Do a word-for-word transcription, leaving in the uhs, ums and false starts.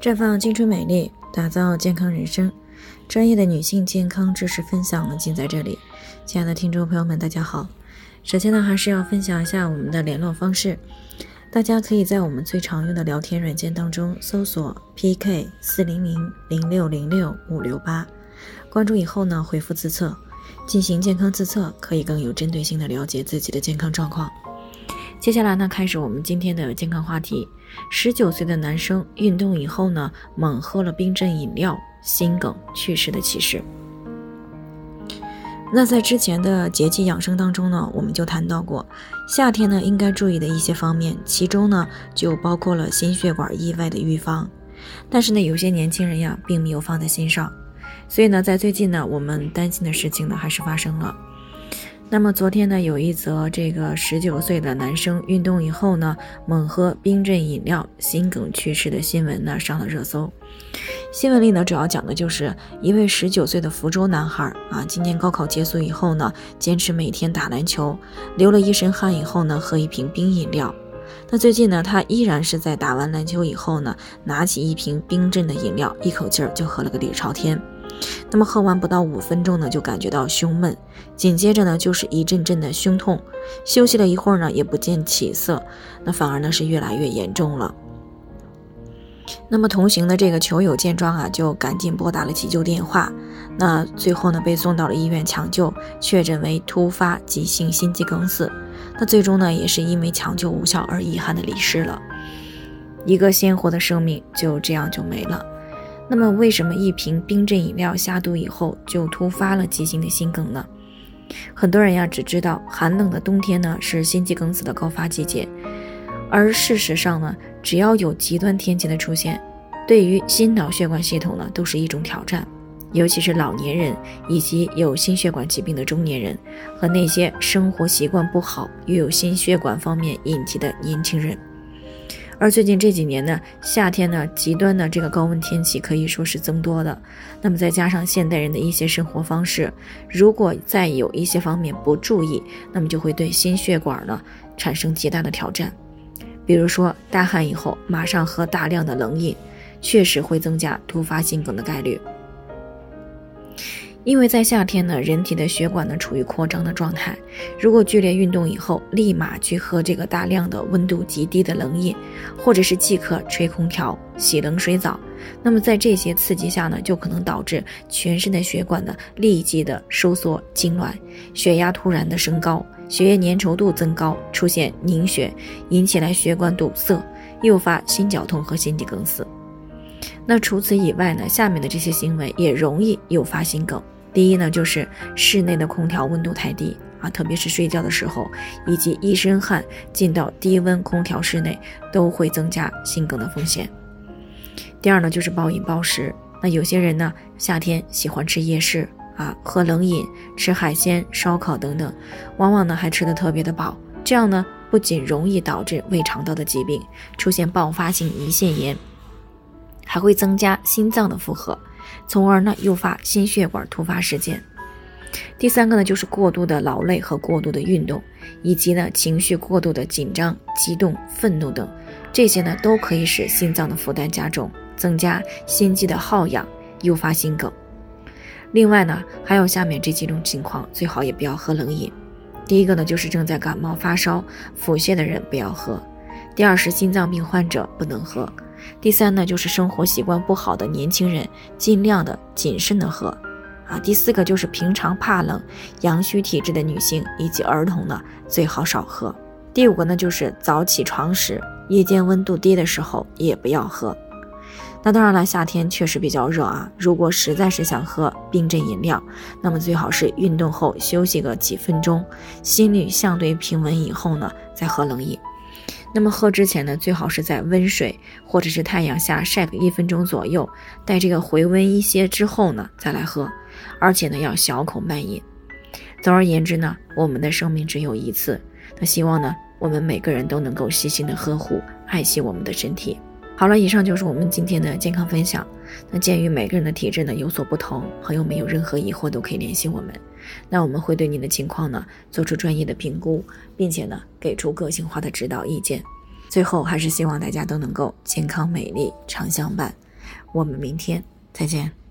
绽放青春美丽，打造健康人生。专业的女性健康知识分享呢，尽在这里。亲爱的听众朋友们，大家好。首先呢，还是要分享一下我们的联络方式。大家可以在我们最常用的聊天软件当中搜索 P K 四零零零六零六五六八，关注以后呢，回复自测，进行健康自测，可以更有针对性的了解自己的健康状况。接下来呢，开始我们今天的健康话题。十九岁的男生运动以后呢，猛喝了冰镇饮料，心梗去世的启示。那在之前的节气养生当中呢，我们就谈到过，夏天呢应该注意的一些方面，其中呢就包括了心血管意外的预防。但是呢，有些年轻人呀，并没有放在心上，所以呢，在最近呢，我们担心的事情呢，还是发生了。那么昨天呢，有一则这个十九岁的男生运动以后呢，猛喝冰镇饮料，心梗去世的新闻呢，上了热搜。新闻里呢，主要讲的就是一位十九岁的福州男孩啊，今年高考结束以后呢，坚持每天打篮球，流了一身汗以后呢，喝一瓶冰饮料。那最近呢，他依然是在打完篮球以后呢，拿起一瓶冰镇的饮料，一口劲儿就喝了个底朝天。那么喝完不到五分钟呢，就感觉到胸闷，紧接着呢就是一阵阵的胸痛，休息了一会儿呢也不见起色，那反而呢是越来越严重了。那么同行的这个球友见状啊，就赶紧拨打了急救电话，那最后呢被送到了医院抢救，确诊为突发急性心肌梗死，那最终呢也是因为抢救无效而遗憾的离世了。一个鲜活的生命就这样就没了。那么为什么一瓶冰镇饮料下肚以后就突发了急性的心梗呢？很多人呀只知道寒冷的冬天呢是心肌梗死的高发季节，而事实上呢，只要有极端天气的出现，对于心脑血管系统呢都是一种挑战，尤其是老年人以及有心血管疾病的中年人和那些生活习惯不好又有心血管方面隐疾的年轻人。而最近这几年呢，夏天呢极端的这个高温天气可以说是增多的，那么再加上现代人的一些生活方式，如果再有一些方面不注意，那么就会对心血管呢产生极大的挑战。比如说大汗以后马上喝大量的冷饮，确实会增加突发心梗的概率。因为在夏天呢，人体的血管呢处于扩张的状态，如果剧烈运动以后立马去喝这个大量的温度极低的冷饮，或者是即刻吹空调洗冷水澡，那么在这些刺激下呢，就可能导致全身的血管呢立即的收缩痉挛，血压突然的升高，血液粘稠度增高，出现凝血，引起来血管堵塞，诱发心绞痛和心肌梗死。那除此以外呢，下面的这些行为也容易诱发心梗。第一呢，就是室内的空调温度太低啊，特别是睡觉的时候，以及一身汗进到低温空调室内，都会增加心梗的风险。第二呢，就是暴饮暴食。那有些人呢，夏天喜欢吃夜市啊，喝冷饮，吃海鲜、烧烤等等，往往呢还吃得特别的饱，这样呢不仅容易导致胃肠道的疾病，出现爆发性胰腺炎，还会增加心脏的负荷，从而呢诱发心血管突发事件。第三个呢，就是过度的劳累和过度的运动，以及呢情绪过度的紧张、激动、愤怒等，这些呢都可以使心脏的负担加重，增加心肌的耗氧，诱发心梗。另外呢，还有下面这几种情况，最好也不要喝冷饮。第一个呢，就是正在感冒发烧、腹泻的人不要喝；第二是心脏病患者不能喝；第三呢，就是生活习惯不好的年轻人，尽量的谨慎的喝啊。第四个就是平常怕冷、阳虚体质的女性以及儿童呢，最好少喝。第五个呢，就是早起床时，夜间温度低的时候也不要喝。那当然了，夏天确实比较热啊，如果实在是想喝冰镇饮料，那么最好是运动后休息个几分钟，心率相对平稳以后呢，再喝冷饮。那么喝之前呢，最好是在温水或者是太阳下晒个一分钟左右，待这个回温一些之后呢，再来喝，而且呢要小口慢饮。总而言之呢，我们的生命只有一次，那希望呢我们每个人都能够细心的呵护爱惜我们的身体。好了，以上就是我们今天的健康分享。那鉴于每个人的体质呢有所不同，朋友们有任何疑惑都可以联系我们，那我们会对你的情况呢做出专业的评估，并且呢给出个性化的指导意见。最后还是希望大家都能够健康美丽常相伴。 我们明天再见。